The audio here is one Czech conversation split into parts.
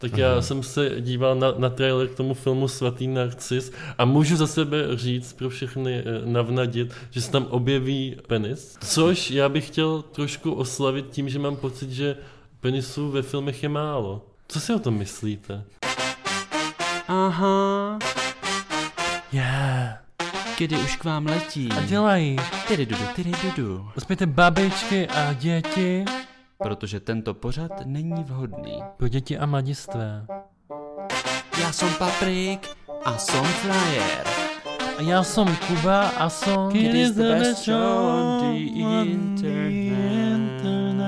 Tak já jsem se díval na trailer k tomu filmu Svatý narcis a můžu za sebe říct pro všechny navnadit, že se tam objeví penis, což já bych chtěl trošku oslavit tím, že mám pocit, že penisů ve filmech je málo. Co si o tom myslíte? Aha. Yeah. Kdy už k vám letí. A dělají. Tyrydudu. Uspějte babičky a děti. Protože tento pořad není vhodný. Pro děti a mladistvé. Já jsem Paprik a jsem Flyer. A já jsem Kuba a jsem... It is the best show on the internet.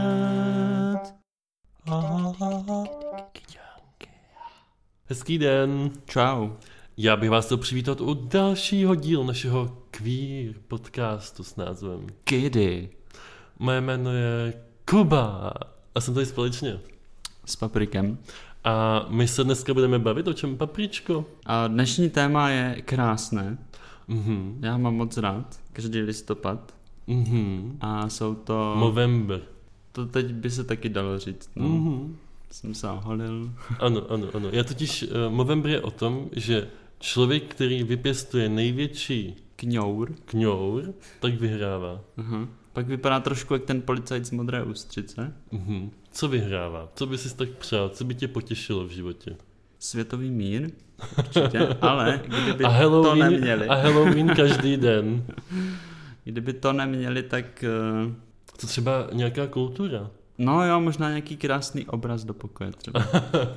Hezký den. Čau. Já bych vás chtěl přivítat u dalšího dílu našeho queer podcastu s názvem Kdy? Moje jméno je Kuba a jsem tady společně S Paprikem. a my se dneska budeme bavit o čem, Papričko? A dnešní téma je krásné. Mhm. Já mám moc rád. Každý listopad. Mhm. A jsou to... Movember. To teď by se taky dalo říct. No. Mhm. Jsem se oholil. Ano. Já totiž, Movember je o tom, že člověk, který vypěstuje největší kňour, tak vyhrává. Aha. Pak vypadá trošku jak ten policajt z Modré ústřice. Mhm. Co vyhrává? Co by si tak přál? Co by tě potěšilo v životě? Světový mír, určitě, ale kdyby to neměli. A Halloween každý den. Kdyby to neměli, tak... Co třeba nějaká kultura? No jo, možná nějaký krásný obraz do pokoje třeba.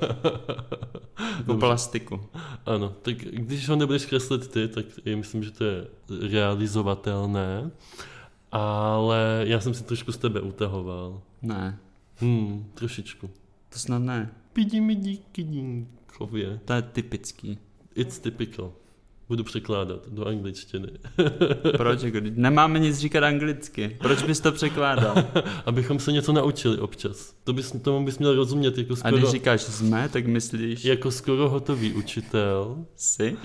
Jako plastiku. Ano, tak když ho nebudeš kreslit ty, tak já myslím, že to je realizovatelné, ale já jsem si trošku z tebe utahoval. Ne, Trošičku. to snad ne. Pidi mi díky dínkově. To je typický. It's typical. Budu překládat do angličtiny. Proč? Jako, nemáme nic říkat anglicky. Proč bys to překládal? Abychom se něco naučili občas. Tomu bys měl rozumět jako A skoro... když říkáš jsme, tak myslíš... Jako skoro hotový učitel. Jsi?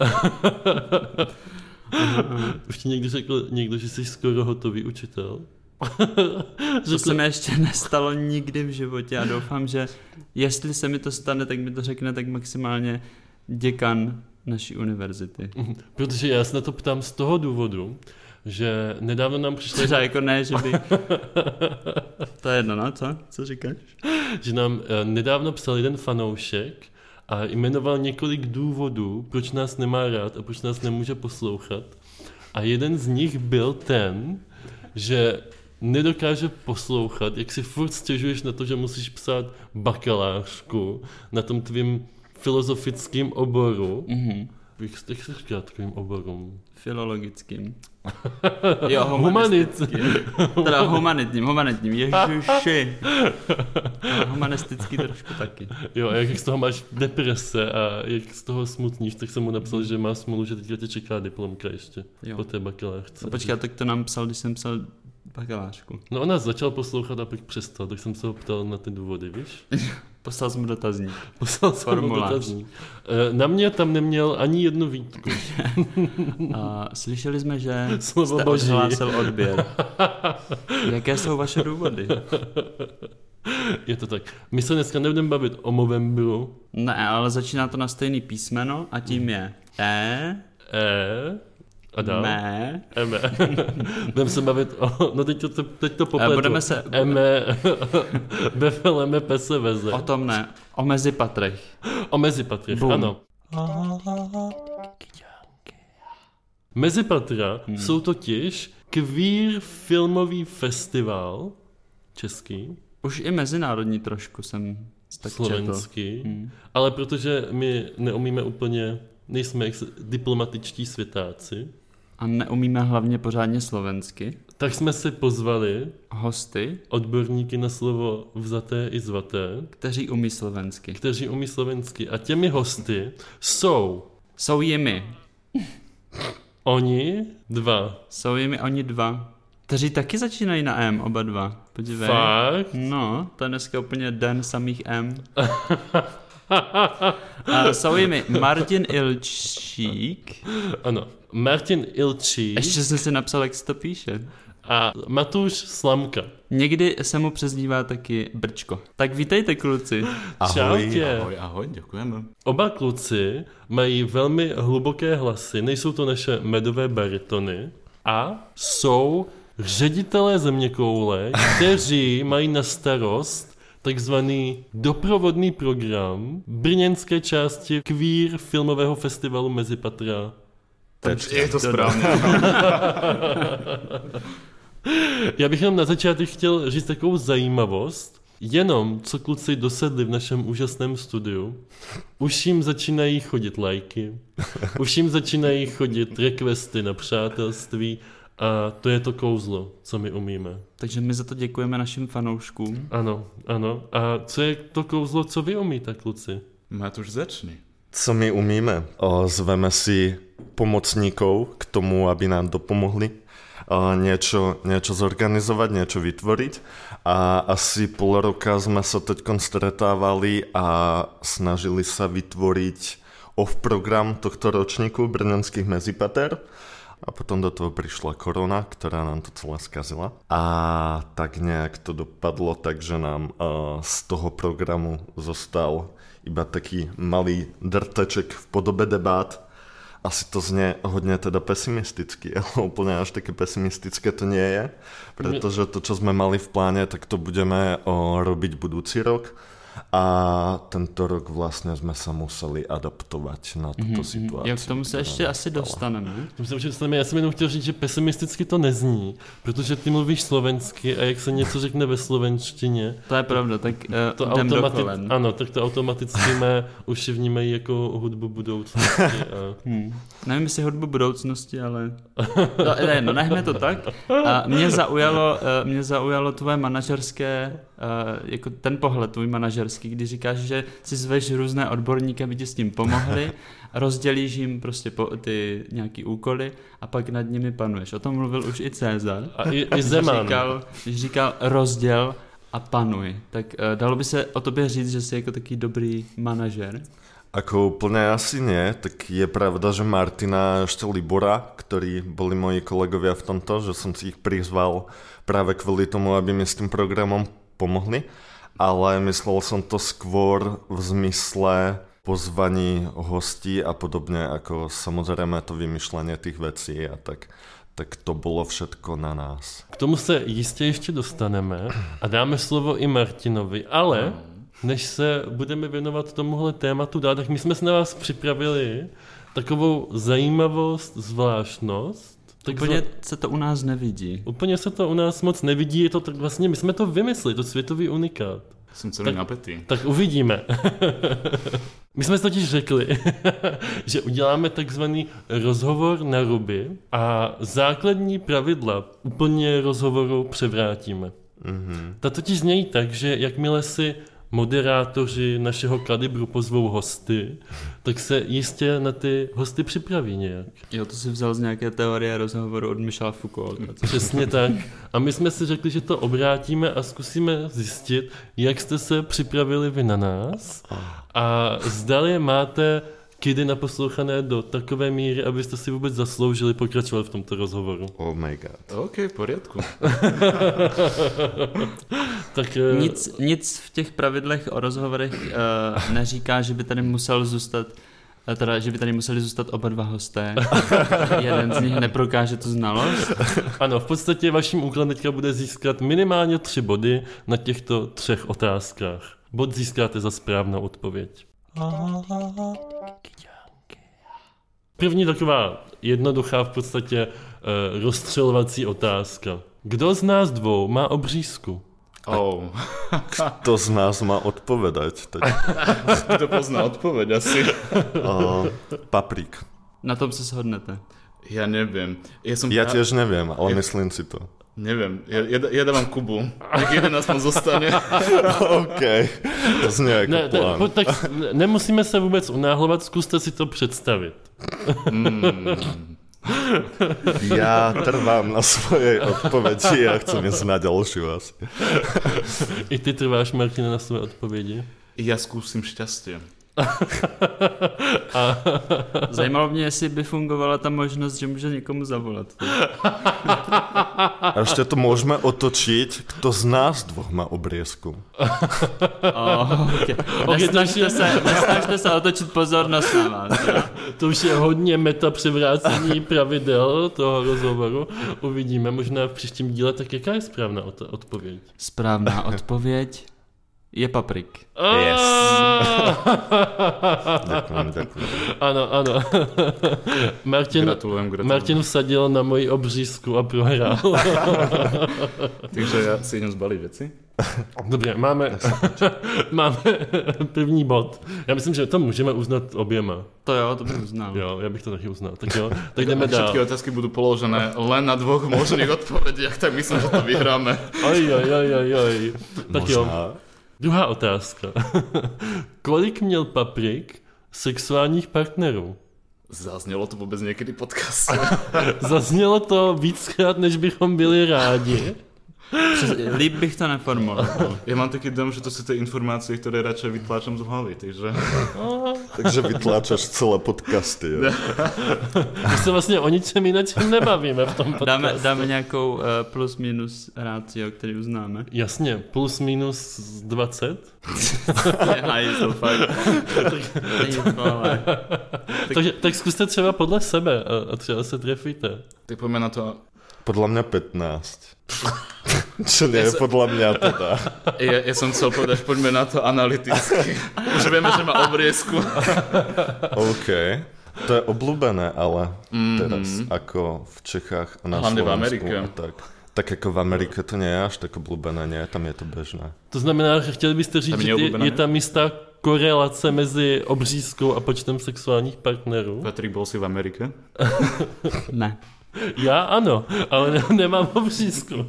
Už ti někdy řekl někdo, že jsi skoro hotový učitel? To se mi ještě nestalo nikdy v životě a doufám, že jestli se mi to stane, tak mi to řekne tak maximálně děkan naší univerzity. Protože já se na to ptám z toho důvodu, že nedávno nám přišlo... Třeba jako ne, že by... To je jedno, no, co? Co říkáš? Že nám nedávno psal jeden fanoušek a jmenoval několik důvodů, proč nás nemá rád a proč nás nemůže poslouchat. A jeden z nich byl ten, že nedokáže poslouchat, jak si furt stěžuješ na to, že musíš psát bakalářku na tom tvým filozofickým oboru. Jak se říká takovým oborům? Filologickým. Jo, Humanistickým. Teda humanitním, ježiši. Ale humanistický trošku taky. Jo, a jak z toho máš deprese a jak z toho smutníš, tak jsem mu napsal, že má smůlu, že teďka tě čeká diplomka ještě po té bakalářce. No počkej, tak to nám psal, když jsem psal bakalářku. No on nás začal poslouchat a pak přestal, tak jsem se ho ptal na ty důvody, víš? Poslal jsem mu dotazník. Poslal jsem mu dotazník. Na mě tam neměl ani jednu výtku. A slyšeli jsme, že Slovo jste boží. odhlásil odběr. Jaké jsou vaše důvody? Je to tak. My se dneska nebudeme bavit o Movemberu. Ne, ale začíná to na stejný písmeno a tím je A dál? Mé. Budeme se bavit o... No teď to popletu. Budeme se... Befeleme pese veze. O tom ne. O mezipatrech. O mezipatrech, Boom. ano. Mezipatra jsou totiž queer filmový festival český. Už i mezinárodní trošku jsem tak slovenský, ale protože my neumíme úplně, nejsme diplomatičtí světáci. A neumíme hlavně pořádně slovensky. Tak jsme si pozvali hosty, odborníky na slovo vzaté i zvaté, kteří umí slovensky. A těmi hosty jsou jimi. Oni dva. Jsou jimi oni dva. Kteří taky začínají na M, oba dva. Podívej. Fakt? No, to je dneska úplně den samých M. A jsou jimi Martin Ilčík. Ano, Martin Ilčík. Ještě jsem si napsal, jak se to píše. A Matuš Slamka. Někdy se mu přezdívá taky Brčko. Tak vítejte, kluci. Čautě. Ahoj, děkujeme. Oba kluci mají velmi hluboké hlasy, nejsou to naše medové baritony a jsou ředitelé zeměkoule, kteří mají na starost takzvaný doprovodný program brněnské části queer filmového festivalu Mezipatra. Je to správně. Já bych jenom na začátek chtěl říct takovou zajímavost. Jenom co kluci dosedli v našem úžasném studiu, už jim začínají chodit lajky, už jim začínají chodit requesty na přátelství a to je to kouzlo, co my umíme. Takže my za to děkujeme našim fanouškům. Ano. A co je to kouzlo, co vy umíte, kluci? Matuš, začni. Co my umíme? Zveme si pomocníkov k tomu, aby nám dopomohli niečo zorganizovať, niečo vytvoriť. A asi pol roka sme sa teďkon stretávali a snažili sa vytvoriť off-program tohto ročníku brňanských Mezipater. A potom do toho prišla korona, ktorá nám to celé skazila. A tak nejak to dopadlo, takže nám z toho programu zostal iba taký malý drteček v podobe debát. Asi to znie hodne teda pesimisticky, ale úplne až také pesimistické to nie je, pretože to, čo sme mali v pláne, tak to budeme robiť budúci rok a tento rok vlastně jsme se museli adaptovat na tuto situaci. Jak k tomu se ještě asi dostaneme. Já jsem jenom chtěl říct, že pesimisticky to nezní, protože ty mluvíš slovensky a jak se něco řekne ve slovenštině. To je pravda, tak to ano, tak to automaticky mé uši vnímají jako hudbu budoucnosti. A... Nevím, jestli hudbu budoucnosti, ale... No, nechme to tak. A mě zaujalo tvoje manažerské, jako ten pohled tvůj manažerský, kdy říkáš, že si zveš různé odborníky, aby ti s tím pomohli, rozdělíš jim prostě ty nějaký úkoly a pak nad nimi panuješ. O tom mluvil už i Cezar. A i Zeman. Když říkal rozděl a panuj. Tak dalo by se o tobě říct, že jsi jako taký dobrý manažer? Ako úplne asi nie, tak je pravda, že Martina a ešte Libora, ktorí boli moji kolegovia v tomto, že som si ich prizval práve kvôli tomu, aby mi s tým programom pomohli, ale myslel som to skôr v zmysle pozvaní hostí a podobne, ako samozrejme to vymýšľanie tých vecí a tak to bylo všetko na nás. K tomu se jistě ještě dostaneme a dáme slovo i Martinovi, ale než se budeme věnovat tomuhle tématu dál, tak my jsme si na vás připravili takovou zajímavost, zvláštnost. Úplně se to u nás nevidí. Úplně se to u nás moc nevidí, je to tak vlastně, my jsme to vymysleli, to světový unikát. Jsem celý napětý. Tak uvidíme. My jsme si totiž řekli, že uděláme takzvaný rozhovor na ruby a základní pravidla úplně rozhovoru převrátíme. Mm-hmm. Ta totiž znějí tak, že jakmile si moderátoři našeho kalibru pozvou hosty, tak se jistě na ty hosty připraví nějak. Jo, to si vzal z nějaké teorie rozhovoru od Michela Foucaulta. Přesně tak. A my jsme si řekli, že to obrátíme a zkusíme zjistit, jak jste se připravili vy na nás a zdali máte kidy naposlouchané do takové míry, abyste si vůbec zasloužili pokračovat v tomto rozhovoru. Oh my god. OK, v pořádku. Tak, nic v těch pravidlech o rozhovorech neříká, že by tady musel zůstat že by tady museli zůstat oba dva hosté. Jeden z nich neprokáže tu znalost. Ano, v podstatě vaším úkolem teďka bude získat minimálně 3 body na těchto 3 otázkách. Bod získáte za správnou odpověď. První taková jednoduchá v podstatě rozstřelovací otázka. Kdo z nás dvou má obřízku? Oh. Kto z nás má odpovedať? Kdo pozná odpověď asi? Paprík. Na tom se shodnete. Já nevím. Já těž nevím, ale myslím si to. Nevím, já dávám Kubu. Jak jeden aspoň zostane. OK, to zní jako plán. Tak nemusíme se vůbec unáhlovat, zkuste si to představit. Ja trvám na svojej odpovedi a chcem ísť na ďalšiu asi. I ty trváš, Martina, na svoje odpovědi? Já zkusím šťastie. Zajímalo mě, jestli by fungovala ta možnost, že může někomu zavolat. A ešte to môžeme otočiť, kto z nás dvoch má obriezku. Okay. Nesnažte se otočit pozornost na vás. Ja? To už je hodně meta převrácení pravidel toho rozhovoru. Uvidíme možná v příštím díle, tak jaká je správná odpověď? Správná odpověď je paprik. Yes. Ďakujem. Ano. Gratulujem. Martin vsadil na moji obřízku a prohrál. Takže ja si idem zbaliť veci. Dobře, máme první bod. Já myslím, že to můžeme uznat oběma. To jo, to bych uznal. Jo, já bych to taky uznal. Tak jo, tak jdeme dál. Všetky otázky budú položené len na dvoch možných odpovediach, tak myslím, že to vyhráme. Oj. Tak jo. Možná. Druhá otázka. Kolik měl Paprik sexuálních partnerů? Zaznělo to vôbec niekedy podcast? Zaznělo to víckrát, než bychom byli rádi. Líp bych to neformuloval. Ja mám taký dom, že to sú tie informácie, ktoré radšej vytláčam z hlavy, takže... Takže vytláčaš celé podcasty. Jo? My se vlastně o ničem jináčem nebavíme v tom podcastu. Dáme nějakou plus minus rácio, který uznáme. Jasně, plus minus 20. To fakt. Tak zkuste třeba podle sebe a třeba se trefíte. Tak poďme na to... Podľa mňa 15. Čo nie je podľa mňa teda. Ja som chcel povedať, poďme na to analyticky. Už vieme, že má obriezku. OK. To je obľúbené, ale teraz ako v Čechách a na hlavne Slovensku. v Amerike. Tak ako v Amerike to nie je až tak obľúbené, nie? Tam je to bežné. To znamená, že chtěli byste říct, že je tam jistá korelace mezi obřízkou a počtem sexuálních partnerů? Patrik, bol si v Amerike? Ne. Já ano, ale nemám obřízku.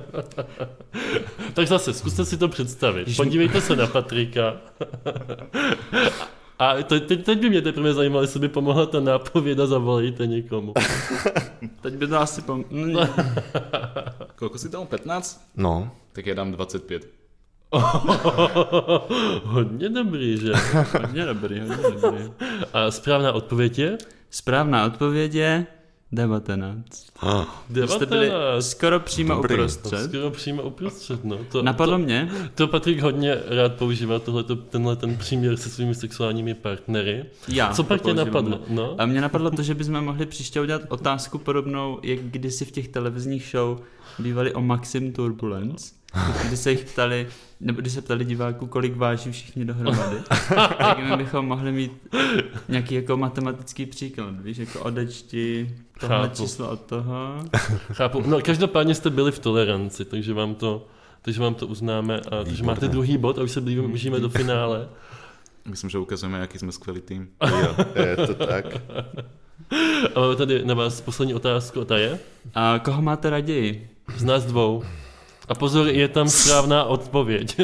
Tak zase, zkuste si to představit. Podívejte se na Patrika. A teď by mě teprve zajímalo, jestli by pomohla ta nápověd a zavolejte někomu. Teď by to asi Koľko si dal? 15? No. Tak ja dám 25. Hodně dobrý, že? Hodně dobrý. A správná odpověď je? Správná odpověď je 19. 19. Jste byli skoro přímo uprostřed. Skoro přímo uprostřed, no. Napadlo mě? To Patrik hodně rád používá, tenhle příměr se svými sexuálními partnery. Co pak tě napadlo? No? A mě napadlo to, že bychom mohli příště udělat otázku podobnou, jak kdysi v těch televizních show bývali o Maxim Turbulence, kdy se jich ptali, nebo když se ptali diváků, kolik váží všichni dohromady. Tak my bychom mohli mít nějaký jako matematický příklad, víš, jako odečti tohle číslo od toho. Chápu. No každopádně jste byli v toleranci, takže vám to uznáme a takže máte druhý bod a už se blížíme do finále. Myslím, že ukazujeme, jaký jsme skvělý tým. Jo, je to tak. A máme tady na vás poslední otázku, a ta je? A koho máte raději? Z nás dvou. A pozor, je tam správná odpověď.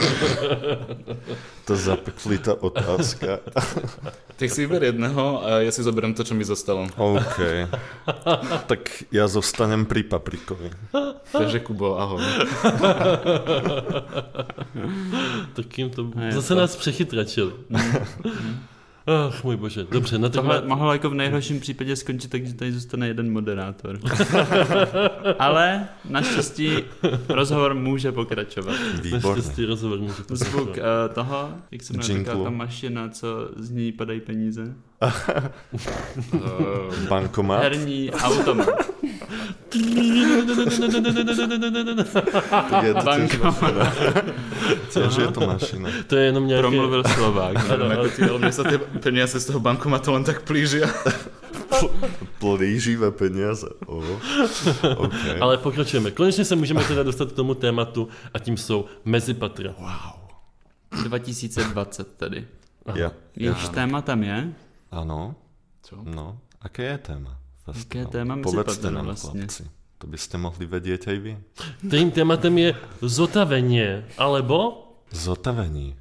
To zapeklitá otázka. Tak si vyber jedného a ja si zoberiem to, čo mi zostalo. OK. Tak ja zostanem pri Paprikovi. Takže Kubo, ahoj. Tak jim to... Zase nás přechytračili. Ach, můj bože. Dobře, na tohle mohlo jako v nejhorším případě skončit, takže tady zůstane jeden moderátor. Ale naštěstí rozhovor může pokračovat. Výborně. Naštěstí rozhovor může pokračovat. Zvuk toho, jak se jmenuje ta mašina, co z ní padají peníze. Bankomat. Herní automat. Cože je to mašina? To je jenom nějaký... Promluvil Slovák. Mne sa tie peniaze z toho bankomatu len tak plížia. Plíživé peniaze. Okay. Ale pokračujeme. Konečně se můžeme teda dostat k tomu tématu a tím jsou mezipatra. Wow. 2020 tedy. Ja. Jež téma tam je? Áno. Co? No, aké je téma? Jaké je téma Povedzte nám, vlastně. chlapci. To byste mohli vedieť aj vy. Tým tématem je zotavenie, alebo... Zotavení.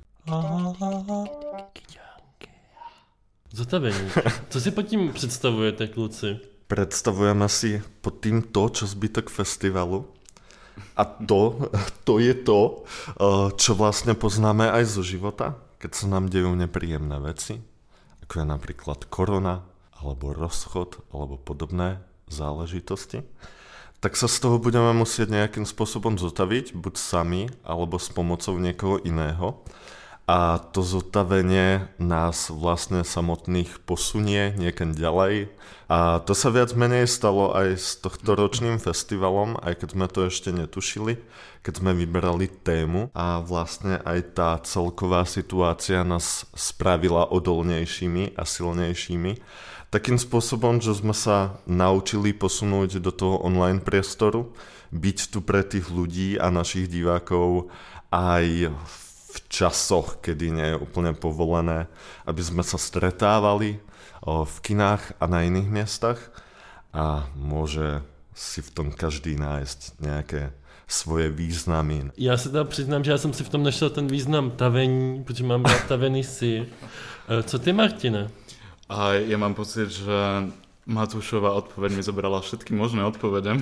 Zotavení. Co si pod tím představujete, kluci? Predstavujeme si pod tým to, čo zbytok festivalu. A to je to, čo vlastne poznáme aj zo života. keď sa nám dejú nepríjemné veci, ako je napríklad korona, alebo rozchod, alebo podobné záležitosti, tak sa z toho budeme musieť nejakým spôsobom zotaviť, buď sami, alebo s pomocou niekoho iného. A to zotavenie nás vlastne samotných posunie niekam ďalej. A to sa viac menej stalo aj s tohto ročným festivalom, aj keď sme to ešte netušili, keď sme vyberali tému. A vlastne aj tá celková situácia nás spravila odolnejšími a silnejšími. Takým spôsobom, že sme sa naučili posunúť do toho online priestoru, byť tu pre tých ľudí a našich divákov aj v časoch, kedy nie je úplne povolené, aby sme sa stretávali v kinách a na iných miestach a môže si v tom každý nájsť nejaké svoje významy. Já se teda přiznám, že já jsem si v tom našel ten význam tavení, protože mám rád tavený syr. Co ty, Martine? A ja mám pocit, že Matúšová odpoveď mi zobrala všetky možné odpovede.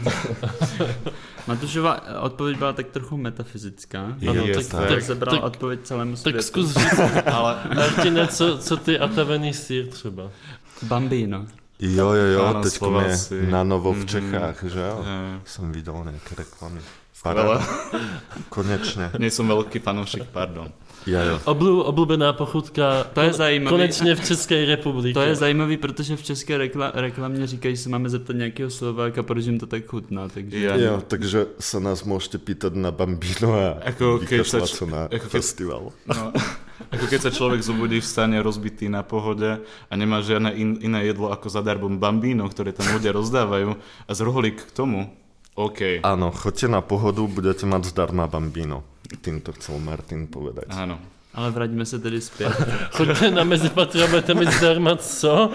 Matúšová odpověď byla tak trochu metafyzická. Ano, tak zabral odpověď celému světu. Tak zkus říct, ale Martine, co ty a tavený syr třeba? Bambino. Jo, Áno, teď je na novo v Čechách, že jo? Som videl nejaké reklamy. Skvelé. Konečne. Nie som veľký fanúšik, pardon. Jo. Oblíbená pochutka To je zajímavý. konečně v České republice. To je zajímavý, protože v české reklamě říkají, že se máme zeptat nějakého Slováka, proč jim to tak chutná. Takže... Jo, takže sa nás môžete pýtať na Bambino a vykašľať sa na festival. No, ako keď sa človek zobudí v stane rozbitý na pohode a nemá žiadne iné jedlo ako zadarmo Bambino, ktoré tam ľudia rozdávajú a z rohlík k tomu. OK. Áno, choďte na pohodu, budete mať zdarma Bambino. Týmto chcel Martin povedať. Áno. Ale vraťme se tedy zpět. Choďte na Mezipatru a budete mít zdarma co?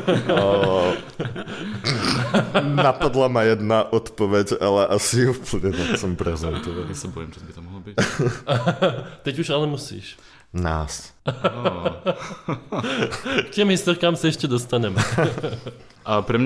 Napadla ma jedna odpoveď, ale asi ju úplne nechcem prezentovať. Ja sa bojím, čo by to mohlo byť. Teď už ale musíš. Nás. K těm historkám se ještě dostaneme. A pre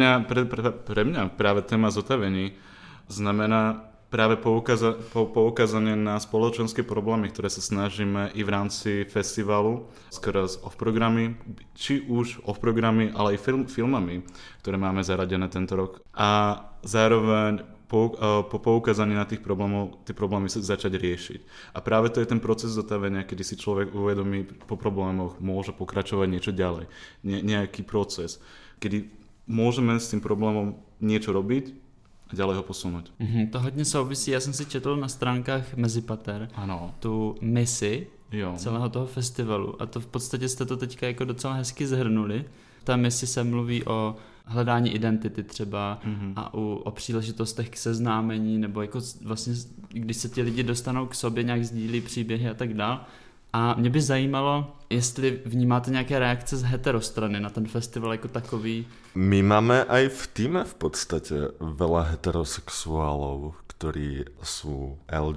mňa práve téma zotavení znamená práve poukázanie na spoločenské problémy, ktoré sa snažíme i v rámci festivalu skrz off-programy, či už off-programy, ale aj filmami, ktoré máme zaradené tento rok. A zároveň po poukázaní na tých problémov, tie problémy sa začať riešiť. A práve to je ten proces zotavenia, kedy si človek uvedomí po problémoch, môže pokračovať niečo ďalej. Nejaký proces, kedy môžeme s tým problémom niečo robiť a ďalej ho posunúť. To hodně souvisí, já jsem si četl na stránkách Mezipater Ano. tu misi Jo. celého toho festivalu a to v podstatě jste to teďka jako docela hezky zhrnuli. Ta misi se mluví o hledání identity třeba a o příležitostech k seznámení nebo jako vlastně, když se ti lidi dostanou k sobě, nějak sdílí příběhy a tak dál. A mě by zajímalo, jestli vnímáte nějaké reakce z heterostrany na ten festival jako takový. My máme aj v týme v podstate veľa heterosexuálov, ktorí sú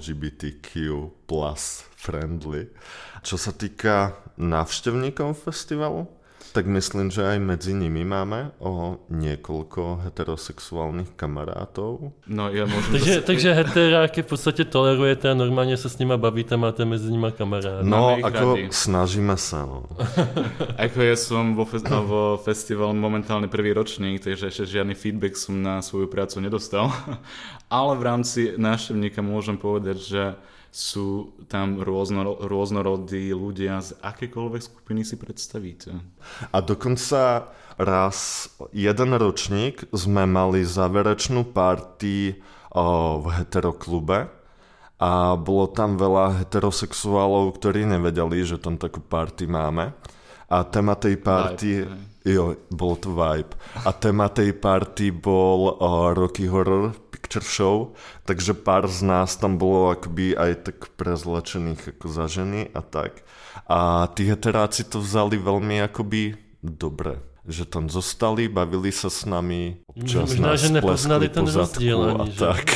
LGBTQ plus friendly. Čo sa týka návštevníkov festivalu, tak myslím, že aj medzi nimi máme o niekoľko heterosexuálnych kamarátov. No, ja môžem Takže heteráky v podstate tolerujete a normálne sa s nima bavíte, máte medzi nima kamaráda. No, Máme ich ako radi. snažíme sa, no. Ako ja som vo festivalu momentálne prvý ročník, takže ešte žiadny feedback som na svoju prácu nedostal. Ale v rámci návštevníka môžem povedať, že sú tam rôznorodí ľudia z akékoľvek skupiny si predstavíte. A dokonca raz jeden ročník sme mali záverečnú party v heteroklube a bolo tam veľa heterosexuálov, ktorí nevedeli, že tam takú party máme. A téma tej party... Jo, bol to vibe. A téma tej party bol Rocky Horror Picture Show, takže pár z nás tam bolo akoby aj tak prezlečených ako za ženy a tak. A tí heteráci to vzali veľmi akoby dobre. Že tam zostali, bavili sa s nami, občas Možná, nás že nepoznali pleskli ten po zadku rozdíl a ani, že? tak.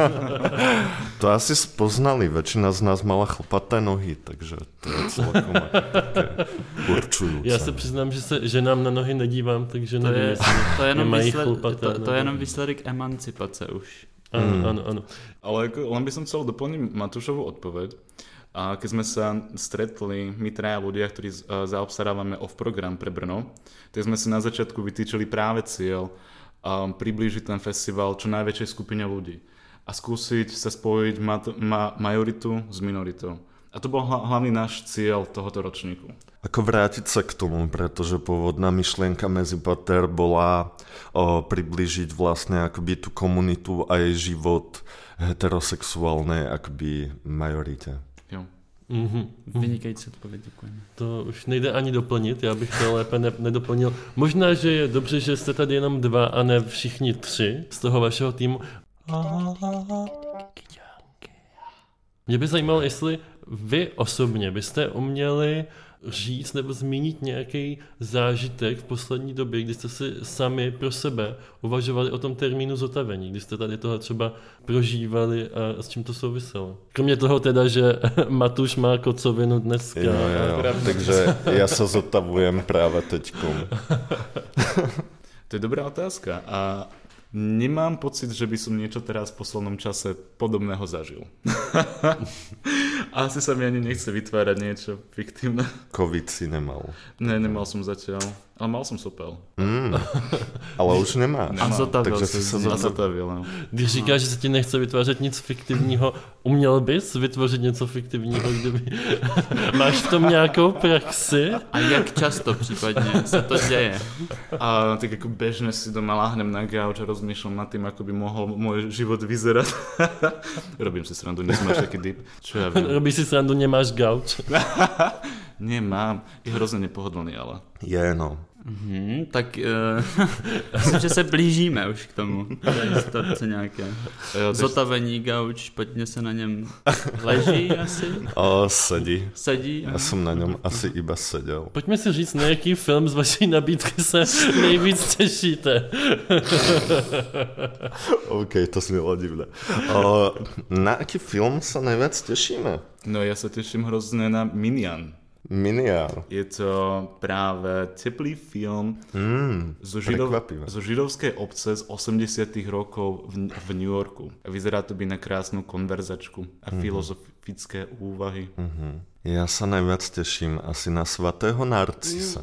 To asi spoznali, väčšina z nás mala chlpaté nohy, takže to je celkom také určujúce. Já se přiznám, že nám na nohy nedívám, takže nevím, jestli nemají chlpaté. To je jenom výsledek emancipace už. Ano. Ale len by som chcel doplniť Matúšovú odpoveď. A keď sme sa stretli, my traja ľudia, ktorí zaobstarávame off-program pre Brno, tak sme si na začiatku vytýčili práve cieľ priblížiť ten festival čo najväčšej skupine ľudí a skúsiť sa spojiť majoritu s minoritou. A to bol hlavný náš cieľ tohoto ročníku. Ako vrátiť sa k tomu, pretože pôvodná myšlienka Mezipater bola priblížiť vlastne akoby tú komunitu a jej život heterosexuálnej akoby majorite. Jo. Vynikající odpověď, děkuji. To už nejde ani doplnit, já bych to lépe nedoplnil. Možná, že je dobře, že jste tady jenom 2 a ne všichni 3 z toho vašeho týmu. Mě by zajímalo, jestli vy osobně byste uměli říct nebo zmínit nějaký zážitek v poslední době, kdy jste si sami pro sebe uvažovali o tom termínu zotavení, kdy jste tady tohle třeba prožívali a s čím to souviselo. Kromě toho teda, že Matuš má kocovinu dneska. Jo, takže já se zotavujem právě teďkom. To je dobrá otázka a nemám pocit, že by som niečo teraz v poslednom čase podobného zažil. Asi sa mi ani nechce vytvárať niečo fiktívne. Covid si nemal. Ne, nemal som zatiaľ, ale mal som sopel. Ale už nemá. A zotavil takže se. A zotavil, no. Když říkáš, že se ti nechce vytvářet nic fiktivního, uměl bys vytvořit něco fiktivního, kdyby... Máš v tom nějakou praxi? A jak často případně se to děje? A tak ako bežne si doma láhnem na gauč a rozmýšľam nad tým, ako by mohol môj život vyzerať. Robím si srandu, nesmáš taký dip. Čo ja viem? Robíš si srandu, nemáš gauč? Nemám. Je hrozne nepohodlný, ale... Je, no. Tak myslím, že se blížíme už k tomu. To nějaké zotavení gauč, pojďme se na něm leží asi? Sedí. Já jsem na něm asi iba seděl. Pojďme si říct, na jaký film z vaší nabídky se nejvíc těšíte. OK, to znělo divné. Na jaký film se nejvíc těšíme? No ja sa teším hrozne na Minian. Je to práve teplý film zo židovskej obce z 80. rokov v New Yorku. Vyzerá to byť na krásnu konverzačku a filozofické úvahy. Ja sa najviac teším asi na Svatého Narcisa,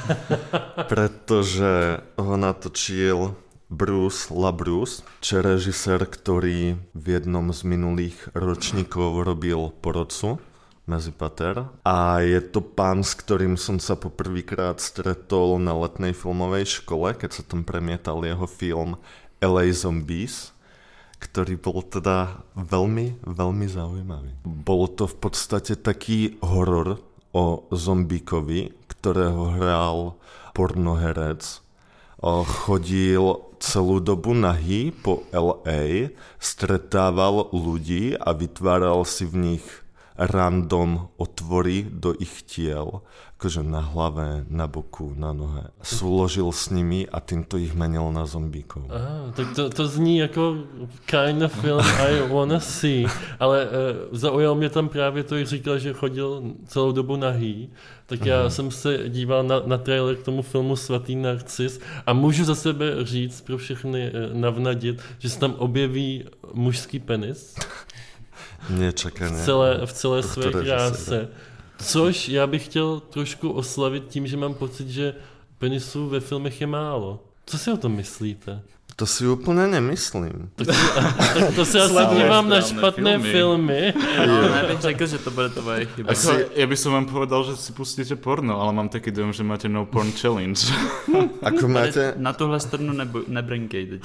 pretože ho natočil Bruce LaBruce, čo je režisér, ktorý v jednom z minulých ročníkov robil Porodcu Mezipater. A je to pán, s ktorým som sa poprvýkrát stretol na letnej filmovej škole, keď sa tam premietal jeho film LA Zombies, ktorý bol teda veľmi, veľmi zaujímavý. Bol to v podstate taký horor o zombíkovi, ktorého hral pornoherec. Chodil celú dobu nahý po LA, stretával ľudí a vytváral si v nich random otvory do ich tiel, akože na hlave, na boku, na nohe. Súložil s nimi a týmto ich menil na zombíkov. Tak to zní jako kind of film I wanna see, ale zaujal mě tam právě to, jak říkal, že chodil celou dobu nahý, tak já jsem se díval na trailer k tomu filmu Svatý Narcis a můžu za sebe říct pro všechny navnadit, že se tam objeví mužský penis. Nečekaně. V celé své kráse. Což já bych chtěl trošku oslavit tím, že mám pocit, že penisů ve filmech je málo. Co si o tom myslíte? To si úplně nemyslím. Tak to si asi dívám na špatné filmy. Ale nebych řekl, že to bude tvoje chyba. Ja by som vám povedal, že si pustíte porno, ale mám taký dojem, že máte no porn challenge. Ako máte... Na tuhle stranu nebrinkej teď.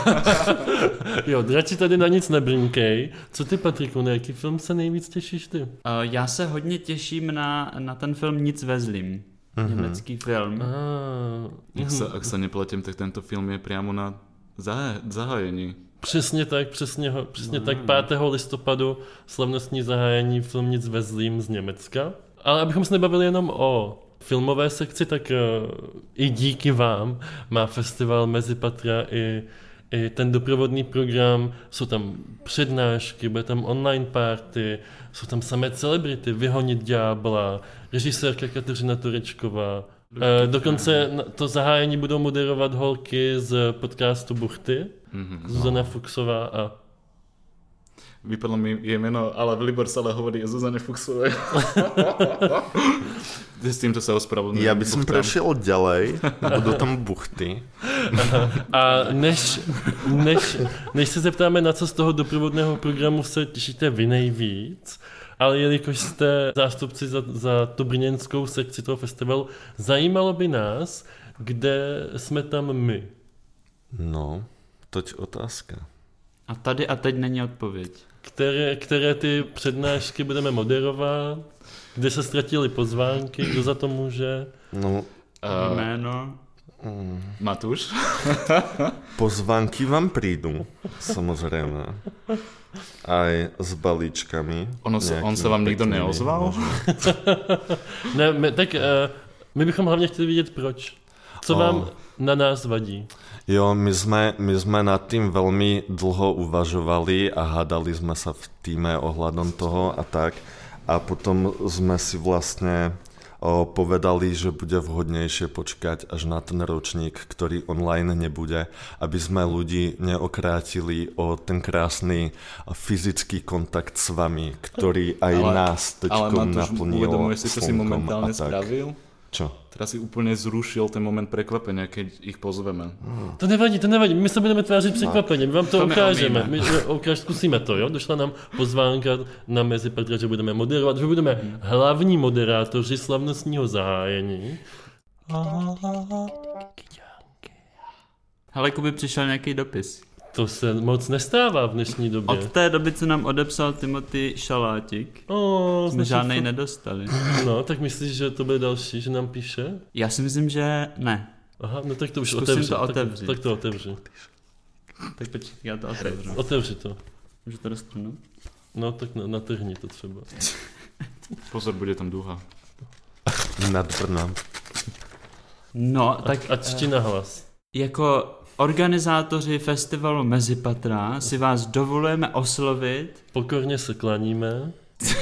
Jo, radši tady na nic nebrinkej. Co ty, Patriku, na jaký film se nejvíc těšíš ty? Já se hodně těším na ten film Nic ve zlým. Německý film. Ak sa nepletím, tak tento film je priamo na zahájení. Přesně tak, přesně tak 5. listopadu slavnostní zahájení film Nic ve zlým z Německa. Ale abychom se nebavili jenom o filmové sekci, tak i díky vám má festival Mezipatra i ten doprovodný program, jsou tam přednášky, bude tam online party, jsou tam samé celebrity, Vyhonit ďábla, režisérka Kateřina Turečková. Dokonce to zahájení budou moderovat holky z podcastu Buchty, Zuzana Fuchsová a... vypadlo mi jej meno, ale Libor stále hovorí o Zuzane Fuchsovej. S týmto sa ospravedlňujem. Ja by som prešiel ďalej, budú tam buchty. A než se zeptáme, na co z toho doprovodného programu se těšíte vy nejvíc, ale jelikož jste zástupci za tu brněnskou sekci toho festivalu, zajímalo by nás, kde jsme tam my. No, toť otázka. A tady a teď není odpověď. Které ty přednášky budeme moderovat, kde se ztratily pozvánky, kdo za to může? No, Jméno? Matúš? pozvánky vám prídu, samozrejme. Aj s balíčkami. On sa vám nikdo neozval? Ne, tak my bychom hlavně chtěli vědět proč. Co vám na nás vadí? Jo, my sme nad tým veľmi dlho uvažovali a hádali sme sa v týme ohľadom toho a tak. A potom sme si vlastne povedali, že bude vhodnejšie počkať až na ten ročník, ktorý online nebude, aby sme ľudí neokrátili o ten krásny fyzický kontakt s vami, ktorý aj nás teďkom naplnil. Ale uvedomuješ si, čo si momentálne spravil? Čo? Teraz si úplne zrušil ten moment prekvapenia, keď ich pozveme. To nevadí, my se budeme tvářit překvapeně, my vám to ukážeme. Zkusíme to, jo? Došla nám pozvánka na Mezipatra, že budeme moderovat, že budeme hlavní moderátoři slavnostního zahájení. Hele, Kuby, přišel nějaký dopis. To se moc nestává v dnešní době. Od té doby, co nám odepsal Timothy Šalátik, jsme žádnej nedostali. No, tak myslíš, že to bude další, že nám píše? Já si myslím, že ne. Aha, no tak to už Zkusím to otevřít. Tak to otevři. Tak počkej, já to otevřu. Otevři to. Můžu to dostrhnout? No tak natrhni to třeba. Pozor, bude tam duha. Nad Brnem. No, tak... A čti na hlas. Jako organizátoři festivalu Mezipatra si vás dovolujeme oslovit. Pokorně se klaníme.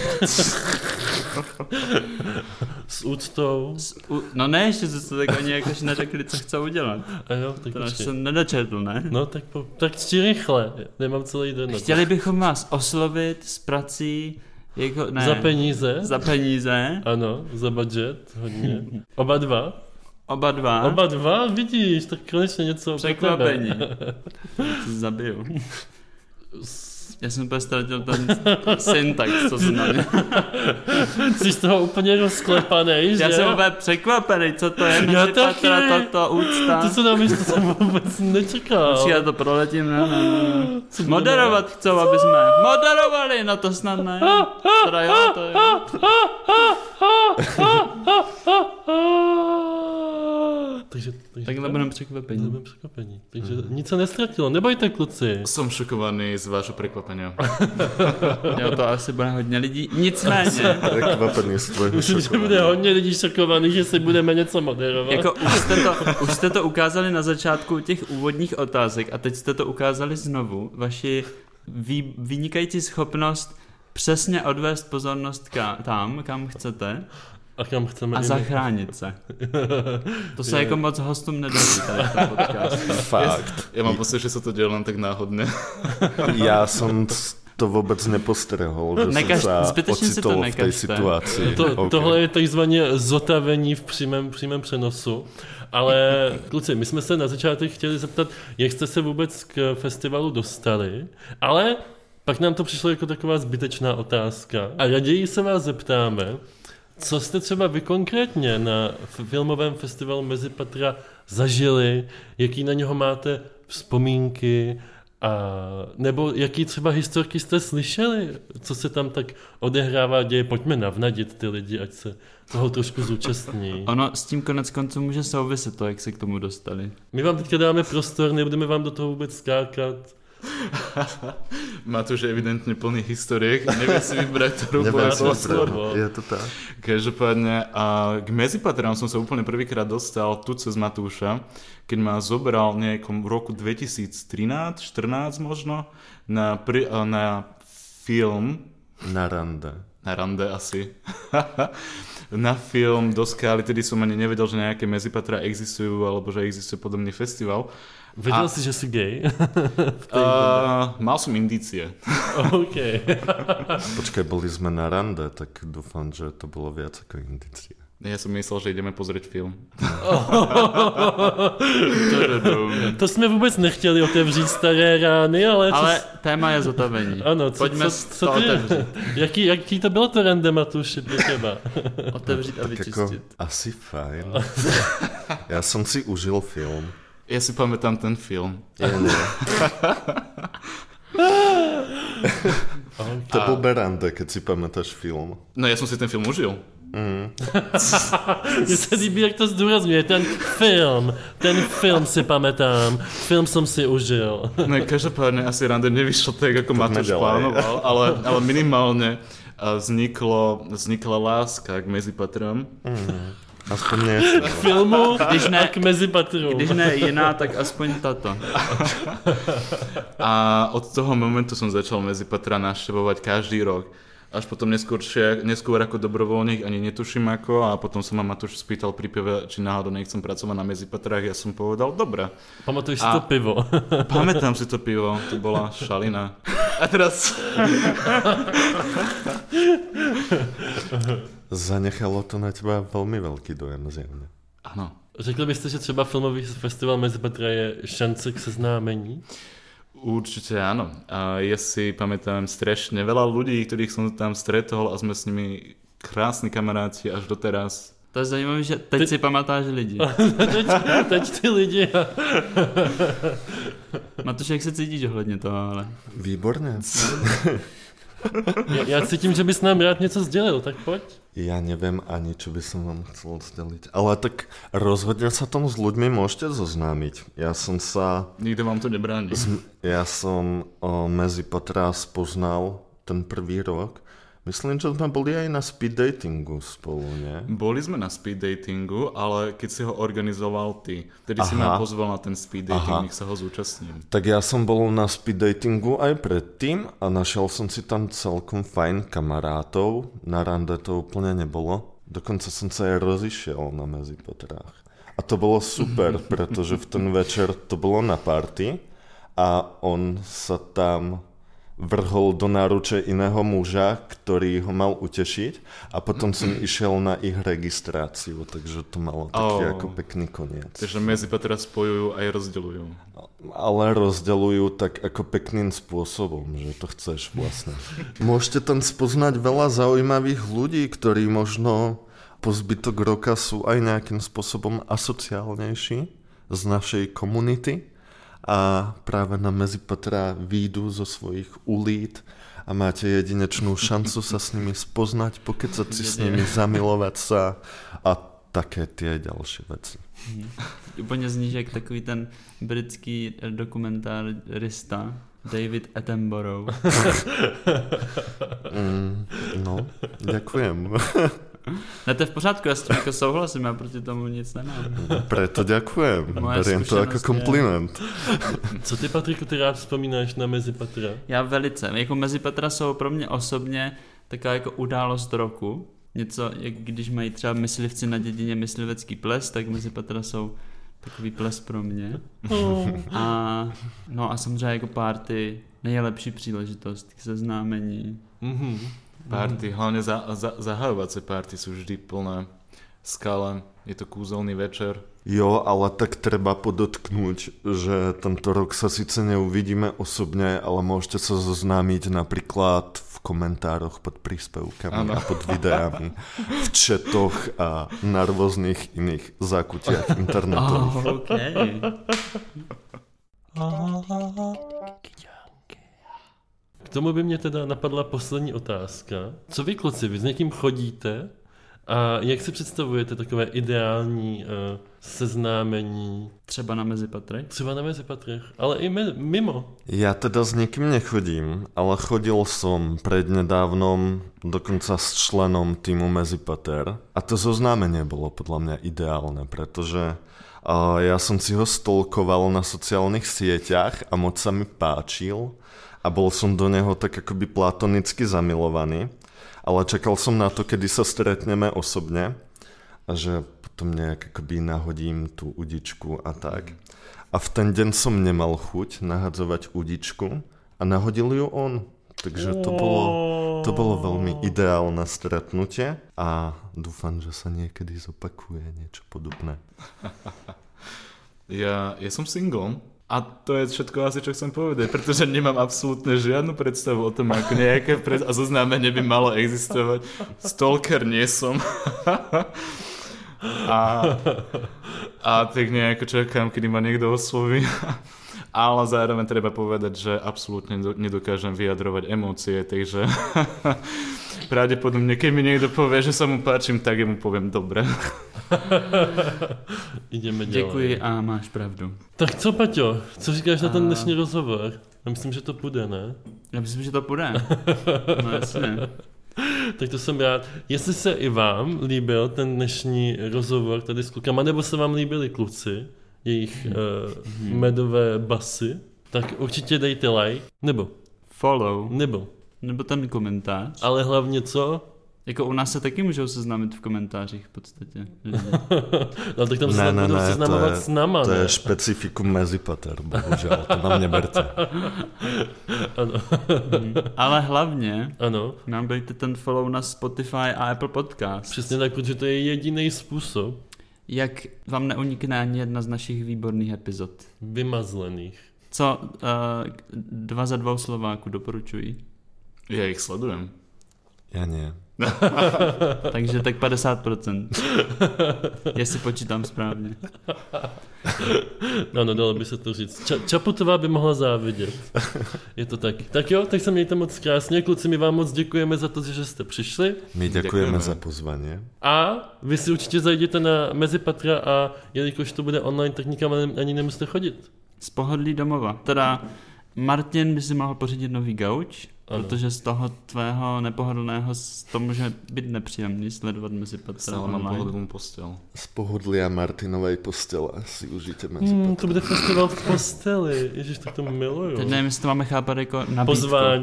S úctou. No ne, ještě to tak oni jakož neřekli, co chcou udělat. A jo, tak to jsem nedočetl, ne? No tak čti rychle, nemám celý den. Chtěli bychom vás oslovit s prací jako, ne, za peníze. Za peníze. Ano, za budget, hodně. Oba dva, vidíš, tak konečně něco překvapení. To zabiju. Já jsem úplně ztratil ten syntax, co jsem na mě. Jsi z toho úplně rozklepanej, že? Já jsem úplně překvapený, co to je Mezipatra, toto úcta. To co nám ještě jsem vůbec nečekal. Počkej, já to proletím, ne. Moderovat chcou, aby jsme moderovali, no to snad ne. Teda jo, to je. Takže takhle budeme překvapení. Takže nic se nestratilo, nebojte kluci. Som šokovaný z vášho prekvapenia. Jo, to asi bude hodně lidí. Nicméně. Prekvapený z tvojho myslím, že bude hodně lidí šokovaných, že si budeme něco moderovat. Jako už jste to ukázali na začátku těch úvodních otázek a teď jste to ukázali znovu. Vaši vynikající schopnost přesně odvést pozornost tam, kam chcete. A kam chceme a zachránit se. To se jako moc hostům nedaří tady v tom podcastu. Fakt. Ja mám pocit, že sa to deje len tak náhodne. Ja som to vôbec nepostrehol, že som sa ocitol v tej situácii. Tohle je takzvaně zotavení v přímém přenosu. Ale kluci, my jsme se na začátek chtěli zeptat, jak jste se vůbec k festivalu dostali, ale pak nám to přišlo jako taková zbytečná otázka. A raději se vás zeptáme, co jste třeba vy konkrétně na filmovém festivalu Mezipatra zažili, jaký na něho máte vzpomínky, nebo jaký třeba historky jste slyšeli, co se tam tak odehrává, děje, pojďme navnadit ty lidi, ať se toho trošku zúčastní. Ono s tím konec konců může souviset to, jak se k tomu dostali. My vám teďka dáme prostor, nebudeme vám do toho vůbec skákat. Matúš je evidentne plný historiek, nevie si vybrať, ktorú povie slovo. Je to tak. Každopádne, k Mezipatrám som sa úplne prvýkrát dostal tu cez Matúša, keď ma zobral nejakom roku 2013-14 možno na film Na rande. na rande asi. Na film do skály, tedy som ani nevedel, že nejaké medzipatra existujú, alebo že existuje podobný festival. Vedel si, že si gay? Mal som indície. OK. Počkaj, boli sme na rande, tak dúfam, že to bolo viac ako indície. Ja som myslel, že ideme pozrieť film. To jsme vůbec nechtěli otevřít staré rány, ale... Ale téma je zotavení. Ano, Pojďme co to ty, otevřít. jaký to bylo to rande, Matuši, pro teba? Otevřít a Tak vyčistit. ako, asi fajn. Ja som si užil film. Ja si pamätám ten film. To bol berande, keď si pamätáš film. No ja som si ten film užil. Mně se líbí, jak to zdůrazňuje. Ten film si pamätám. Film som si užil. No každopádne asi rande nevyšlo tak, ako Matúš ďalej. plánoval, ale minimálne vznikla láska k medzipatrom. Aspoň nie. K filmu, Když ne- a k mezipatru. Když ne jiná, tak aspoň tato. A od toho momentu som začal medzipatra navštevovať každý rok. Až potom neskôr ako dobrovoľník, ani netuším ako, a potom sa ma Matúš spýtal pri pive, či náhodou nechcem pracovať na medzipatrách. Ja som povedal, dobre. Pamatuješ si to pivo? Pamätám si to pivo, to bola šalina. A teraz... Zanechalo to na teba veľmi veľký dojem zjavne. Áno. Řekl byste, že třeba filmový festival Mezipatra je šance k seznámení? Určite áno. A ja si pamätám strašne veľa ľudí, ktorých som tam stretol a sme s nimi krásni kamaráti až doteraz. To je zajímavé, že teď si pamatáš lidi. teď ty lidi. Matuš, jak se cítíš ohledně toho, ale... Výborne. Já cítím, že bys nám rád něco sdělil, tak pojď. Ja neviem ani, čo by som vám chcel zdeliť. Ale tak rozhodne sa tam s ľuďmi môžete zoznámiť. Ja som Nikto vám to nebráni. Ja som Mezipatra spoznal ten prvý rok. Myslím, že sme boli aj na speed datingu spolu, nie? Boli sme na speed datingu, ale keď si ho organizoval ty, tedy si ma pozval na ten speed dating, nech sa ho zúčastním. Tak ja som bol na speed datingu aj predtým a našiel som si tam celkom fajn kamarátov. Na rande to úplne nebolo. Dokonca som sa aj rozišiel na Mezipatrách. A to bolo super, pretože v ten večer to bolo na party a on sa tam vrhol do náruče iného muža, ktorý ho mal utešiť a potom som išiel na ich registráciu, takže to malo taký ako pekný koniec. Takže Mezipatra spojujú aj rozdeľujú. Ale rozdeľujú tak ako pekným spôsobom, že to chceš vlastne. Môžete tam spoznať veľa zaujímavých ľudí, ktorí možno po zbytok roka sú aj nejakým spôsobom asociálnejší z našej komunity. A práve na Mezipatra výjdu zo svojich ulít a máte jedinečnú šancu sa s nimi spoznať, pokecať si s nimi, zamilovať sa a také tie ďalšie veci. Úplně zníš jak takový ten britský dokumentárista David Attenborough. No, ďakujem. Ne, to je v pořádku, já s tím jako souhlasím, já proti tomu nic nemám. Preto ďakujem. Beriem to ako kompliment. Co ty, Patriku, ty rád vzpomínáš na Mezipatra? Já velice. Jako Mezipatra jsou pro mě osobně taková jako událost roku. Něco, jak když mají třeba myslivci na dědině myslivecký ples, tak Mezipatra jsou takový ples pro mě. A samozřejmě jako party, nejlepší příležitost k seznámení. Party, hlavne zahajovacie party sú vždy plné skale, je to kúzelný večer. Jo, ale tak treba podotknúť, že tento rok sa síce neuvidíme osobne, ale môžete sa zoznámiť napríklad v komentároch pod príspevkami a pod videami, v chatoch a na rôznych iných zákutiach internetových. Okay. K tomu by mě teda napadla poslední otázka. Co vy, kluci, vy s někým chodíte a jak si představujete takové ideální seznámení? Třeba na Mezipatrech? Třeba na Mezipatrech, ale i mimo. Ja teda s nikým nechodím, ale chodil som prednedávnom dokonca s členom týmu Mezipater a to zoznámenie bolo podľa mňa ideálne, pretože ja som si ho stalkoval na sociálnych sieťach a moc sa mi páčil a bol som do neho tak akoby platonicky zamilovaný ale čakal som na to, kedy sa stretneme osobne a že potom nejak akoby nahodím tú udičku a tak. A v ten deň som nemal chuť nahadzovať udičku a nahodil ju on. Takže to bolo veľmi ideálne stretnutie a dúfam, že sa niekedy zopakuje niečo podobné. Ja som single a to je všetko asi, čo chcem povedať, pretože nemám absolútne žiadnu predstavu o tom, ako nejaké a zoznámenie by malo existovať. Stalker nie som. A tak nejako čakám, kedy ma niekto osloví. Ale zároveň treba povedať, že absolútne nedokážem vyjadrovať emócie, takže pravdepodobne, keď mi niekto povie, že sa mu páčim, tak ja mu poviem dobre. Ideme ďalej. Děkuji a máš pravdu. Tak co, Paťo? Co říkáš na ten dnešní rozhovor? Já myslím, že to půjde, ne? Já myslím, že to půjde. No jasně. Tak to jsem rád. Jestli se i vám líbil ten dnešní rozhovor tady s klukama, nebo se vám líbili kluci, jejich medové basy, tak určitě dejte like, nebo Follow. Nebo ten komentář. ale hlavně co? Jako u nás se taky můžou seznámit v komentářích v podstatě. No tak tam se budou seznamovat s náma, to ne? je špecifikum Mezipater, bohužel, to na mě berte. Ano. Ale hlavně Ano, nám dejte ten follow na Spotify a Apple Podcast. přesně tak, protože to je jediný způsob Jak vám neunikne ani jedna z našich výborných epizod. vymazlených. Co 2 za 2 Slováku doporučují. Ja ich sledujem. Ja nie. Takže tak 50%. Jestli počítám správně. Ano, dalo by se to říct. Čaputová by mohla závidět. Je to tak. Tak jo, tak se mějte moc krásně. Kluci, my vám moc děkujeme za to, že jste přišli. My ďakujeme za pozvanie. A vy si určitě zajděte na Mezipatra a jelikož to bude online, tak nikam ani nemusíte chodit. Z pohodlí domova. Teda Martin by si mohl pořídit nový gauč, Ano. protože z toho tvého nepohodlného to může být nepříjemný sledovat Mezipatra Stále mám online. pohodlnú postel. Z pohodlia Martinovej postele si užijte Mezipater. To bude festival v posteli. Ježiš, tak to miluju. Teď nevím, jestli to máme chápat jako nabídku. Pozvání.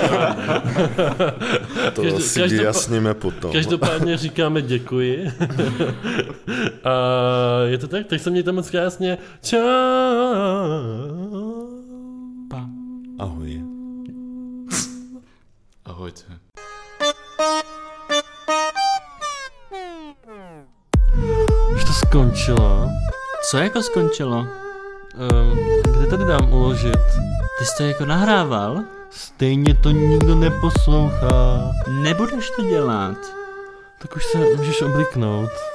To si vyjasníme potom. Každopádně říkáme děkuji. A je to tak? Tak se mějte moc krásně. Čau. Pa. Ahoj. Ahojte. Už to skončilo. Co jako skončilo? Kde tady dám uložit? Ty jsi to jako nahrával? Stejně to nikdo neposlouchá. Nebudeš to dělat. Tak už se můžeš obliknout.